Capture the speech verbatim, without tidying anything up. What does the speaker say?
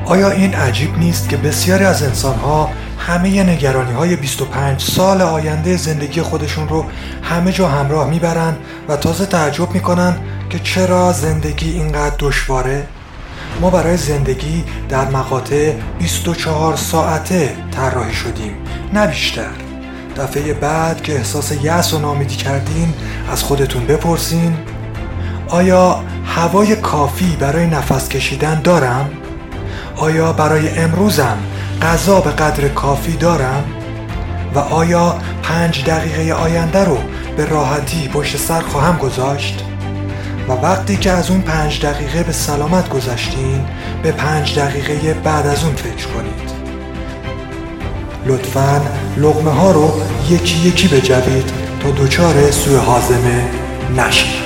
آیا این عجیب نیست که بسیاری از انسان‌ها همه نگرانی‌های بیست و پنج سال آینده زندگی خودشون رو همه جا همراه میبرن و تازه تعجب میکنن که چرا زندگی اینقدر دشواره؟ ما برای زندگی در مقاطع بیست و چهار ساعته طراحی شدیم، نه بیشتر. دفعه بعد که احساس یأس و ناامیدی کردین از خودتون بپرسین آیا هوای کافی برای نفس کشیدن دارم؟ آیا برای امروزم غذا به قدر کافی دارم؟ و آیا پنج دقیقه آینده رو به راحتی پشت سر خواهم گذاشت؟ و وقتی که از اون پنج دقیقه به سلامت گذشتین به پنج دقیقه بعد از اون فکر کنید. لطفاً لقمه ها رو یکی یکی بجوید تا دچار سوء هاضمه نشید.